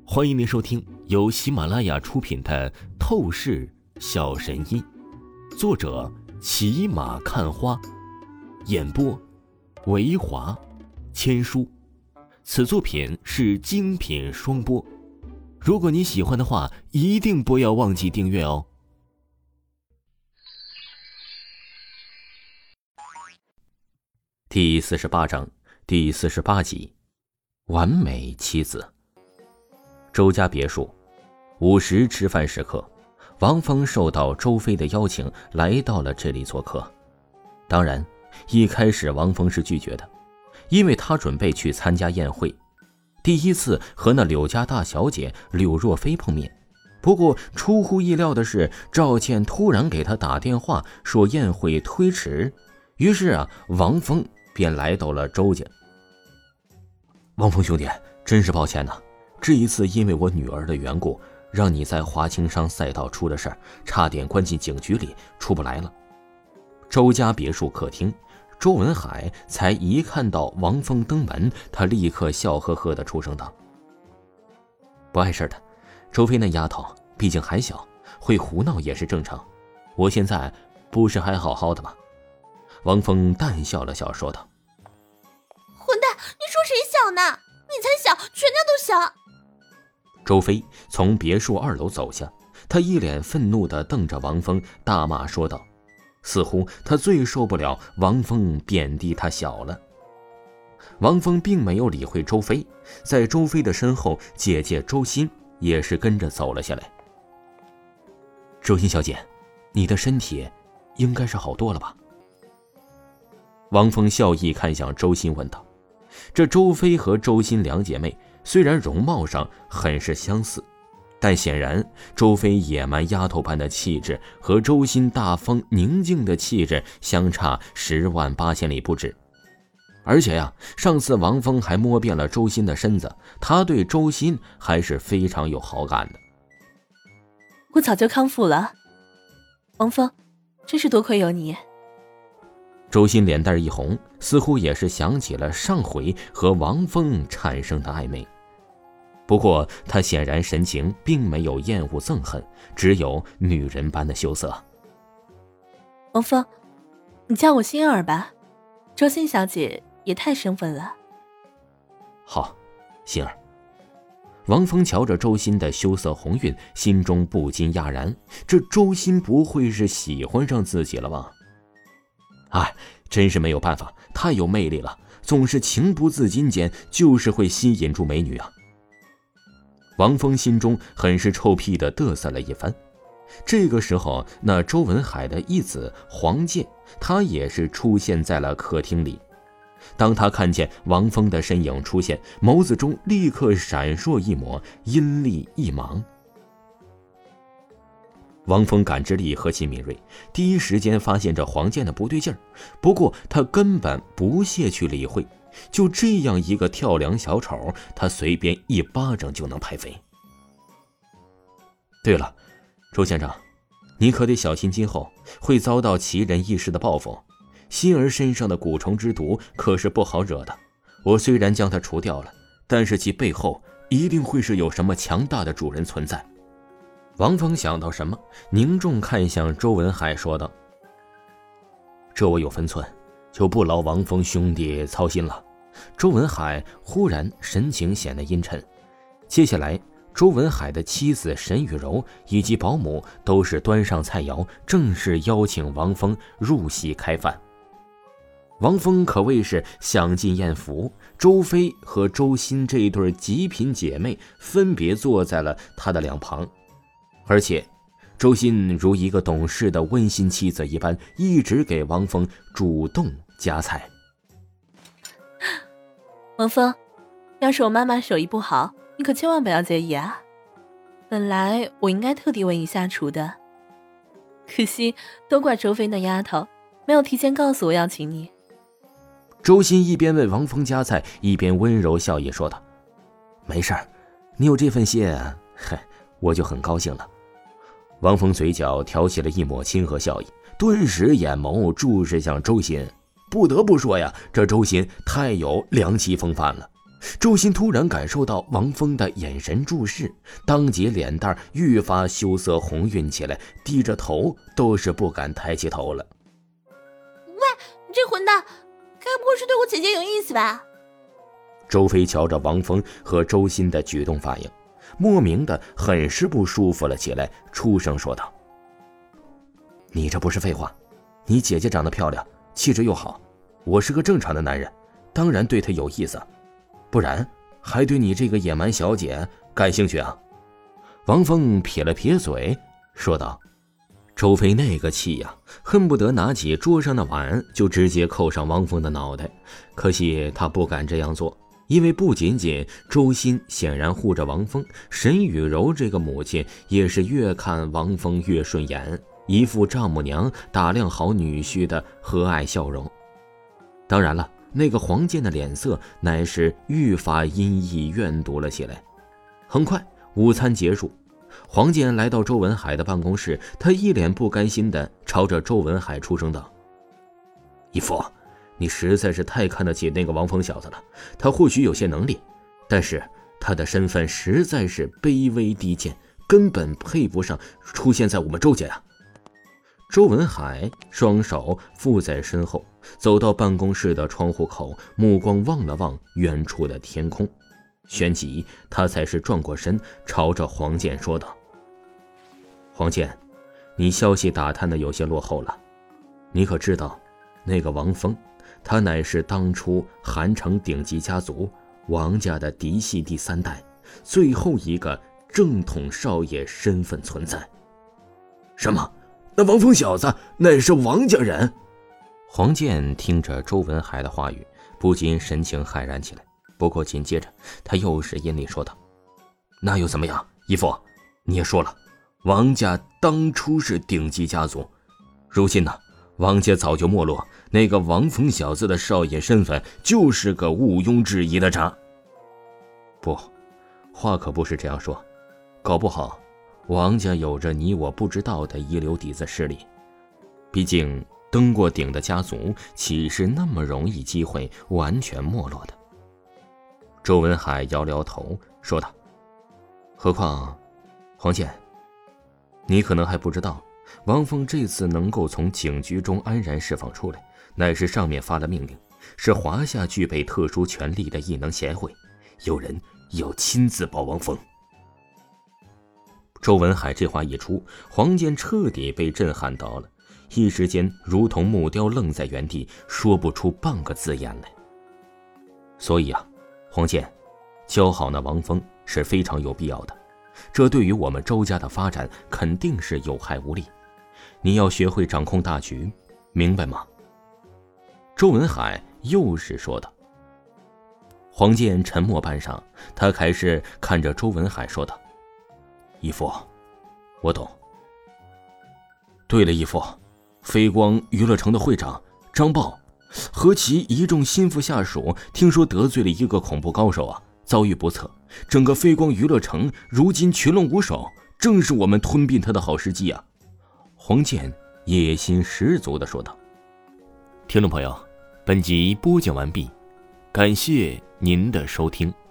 欢迎您收听由喜马拉雅出品的《透视小神医》，作者骑马看花，演播维华千书。此作品是精品双播。如果你喜欢的话，一定不要忘记订阅哦。第48章第48集，完美妻子。周家别墅午时吃饭时刻，王峰受到周飞的邀请来到了这里做客。当然一开始王峰是拒绝的，因为他准备去参加宴会，第一次和那柳家大小姐柳若飞碰面。不过出乎意料的是，赵倩突然给他打电话说宴会推迟，于是王峰便来到了周家。王峰兄弟，真是抱歉呐，这一次因为我女儿的缘故，让你在华清商赛道出了事儿，差点关进警局里，出不来了。周家别墅客厅，周文海才一看到王峰登门，他立刻笑呵呵地出声道：不碍事的，周飞那丫头毕竟还小，会胡闹也是正常，我现在不是还好好的吗？王峰淡笑了笑说道： 混蛋，你说谁小呢？你才小，全家都小。 周飞从别墅2楼走下，他一脸愤怒地瞪着王峰，大骂说道，似乎他最受不了王峰贬低他小了。王峰并没有理会周飞，在周飞的身后，姐姐周欣也是跟着走了下来。周欣小姐，你的身体应该是好多了吧？王峰笑意看向周欣问道。这周飞和周欣两姐妹虽然容貌上很是相似，但显然周飞野蛮丫头般的气质和周欣大方宁静的气质相差10万8千里不止。而且上次王峰还摸遍了周欣的身子，他对周欣还是非常有好感的。 我早就康复了，王峰，真是多亏有你。 周欣脸蛋一红，似乎也是想起了上回和王峰产生的暧昧。不过他显然神情并没有厌恶憎恨，只有女人般的羞涩。 王峰，你叫我欣儿吧，周欣小姐也太生分了。 好，欣儿。王峰瞧着周欣的羞涩红晕，心中不禁讶然，这周欣不会是喜欢上自己了吧？哎，真是没有办法，太有魅力了，总是情不自禁间就是会吸引住美女啊。王峰心中很是臭屁地嘚瑟了一番。这个时候，那周文海的义子黄健，他也是出现在了客厅里。当他看见王峰的身影出现，眸子中立刻闪烁一抹阴厉一芒。王峰感知力何其敏锐，第一时间发现这黄健的不对劲儿，不过他根本不屑去理会，就这样一个跳梁小丑，他随便一巴掌就能拍飞。对了，周先生，你可得小心今后会遭到奇人异事的报复，欣儿身上的蛊虫之毒可是不好惹的，我虽然将它除掉了，但是其背后一定会是有什么强大的主人存在。王峰想到什么，凝重看向周文海说道：这我有分寸，就不劳王峰兄弟操心了。周文海忽然神情显得阴沉。接下来周文海的妻子沈雨柔以及保姆都是端上菜肴，正式邀请王峰入席开饭。王峰可谓是享尽宴福，周飞和周欣这对极品姐妹分别坐在了他的两旁，而且周欣如一个懂事的温馨妻子一般，一直给王峰主动夹菜。 王峰，要是我妈妈手艺不好，你可千万不要介意啊。本来我应该特地为你下厨的，可惜都怪周飞那丫头没有提前告诉我要请你。 周欣一边为王峰夹菜，一边温柔笑意说道：没事儿，你有这份心，我就很高兴了。王峰嘴角挑起了一抹亲和笑意，顿时眼眸注视向周欣。不得不说呀，这周欣太有良妻风范了。 周鑫突然感受到王峰的眼神注视，当即脸蛋愈发羞涩红晕起来，低着头都是不敢抬起头了。 喂，你这混蛋，该不会是对我姐姐有意思吧？ 周飞瞧着王峰和周鑫的举动反应，莫名的很是不舒服了起来，出声说道：你这不是废话，你姐姐长得漂亮，气质又好，我是个正常的男人，当然对她有意思，不然还对你这个野蛮小姐感兴趣啊？王峰撇了撇嘴说道。周飞那个气呀，恨不得拿起桌上的碗就直接扣上王峰的脑袋，可惜他不敢这样做，因为不仅仅周鑫显然护着王峰，沈雨柔这个母亲也是越看王峰越顺眼，一副丈母娘打量好女婿的和蔼笑容。当然了，那个黄健的脸色乃是愈发阴翳怨毒了起来。很快午餐结束，黄健来到周文海的办公室，他一脸不甘心地朝着周文海出声道：义父，你实在是太看得起那个王峰小子了，他或许有些能力，但是他的身份实在是卑微低贱，根本配不上出现在我们周家呀。周文海双手负在身后，走到办公室的窗户口，目光望了望远处的天空，旋即他才是转过身，朝着黄健说道：黄健，你消息打探的有些落后了，你可知道那个王峰，他乃是当初韩城顶级家族王家的嫡系第3代，最后一个正统少爷身份存在。什么？那王峰小子乃是王家人？黄健听着周文海的话语，不禁神情骇然起来，不过紧接着他又是阴厉说道：那又怎么样？义父，你也说了，王家当初是顶级家族，如今呢，王家早就没落，那个王峰小子的少爷身份就是个毋庸置疑的渣。不，话可不是这样说，搞不好王家有着你我不知道的遗留底子势力，毕竟登过顶的家族岂是那么容易机会完全没落的？周文海摇摇头说道：何况黄健，你可能还不知道，王峰这次能够从警局中安然释放出来，乃是上面发了命令，是华夏具备特殊权力的异能协会，有人要亲自保王峰。周文海这话一出，黄健彻底被震撼到了，一时间如同木雕愣在原地，说不出半个字眼来。所以啊，黄健，教好那王峰是非常有必要的，这对于我们周家的发展肯定是有害无利，你要学会掌控大局，明白吗？周文海又是说道。黄健沉默半晌，他开始看着周文海说道：义父，我懂。对了，义父，飞光娱乐城的会长张豹和其一众心腹下属听说得罪了一个恐怖高手啊，遭遇不测，整个飞光娱乐城如今群龙无首，正是我们吞并他的好时机啊。黄健野心十足地说道。听众朋友，本集播讲完毕，感谢您的收听。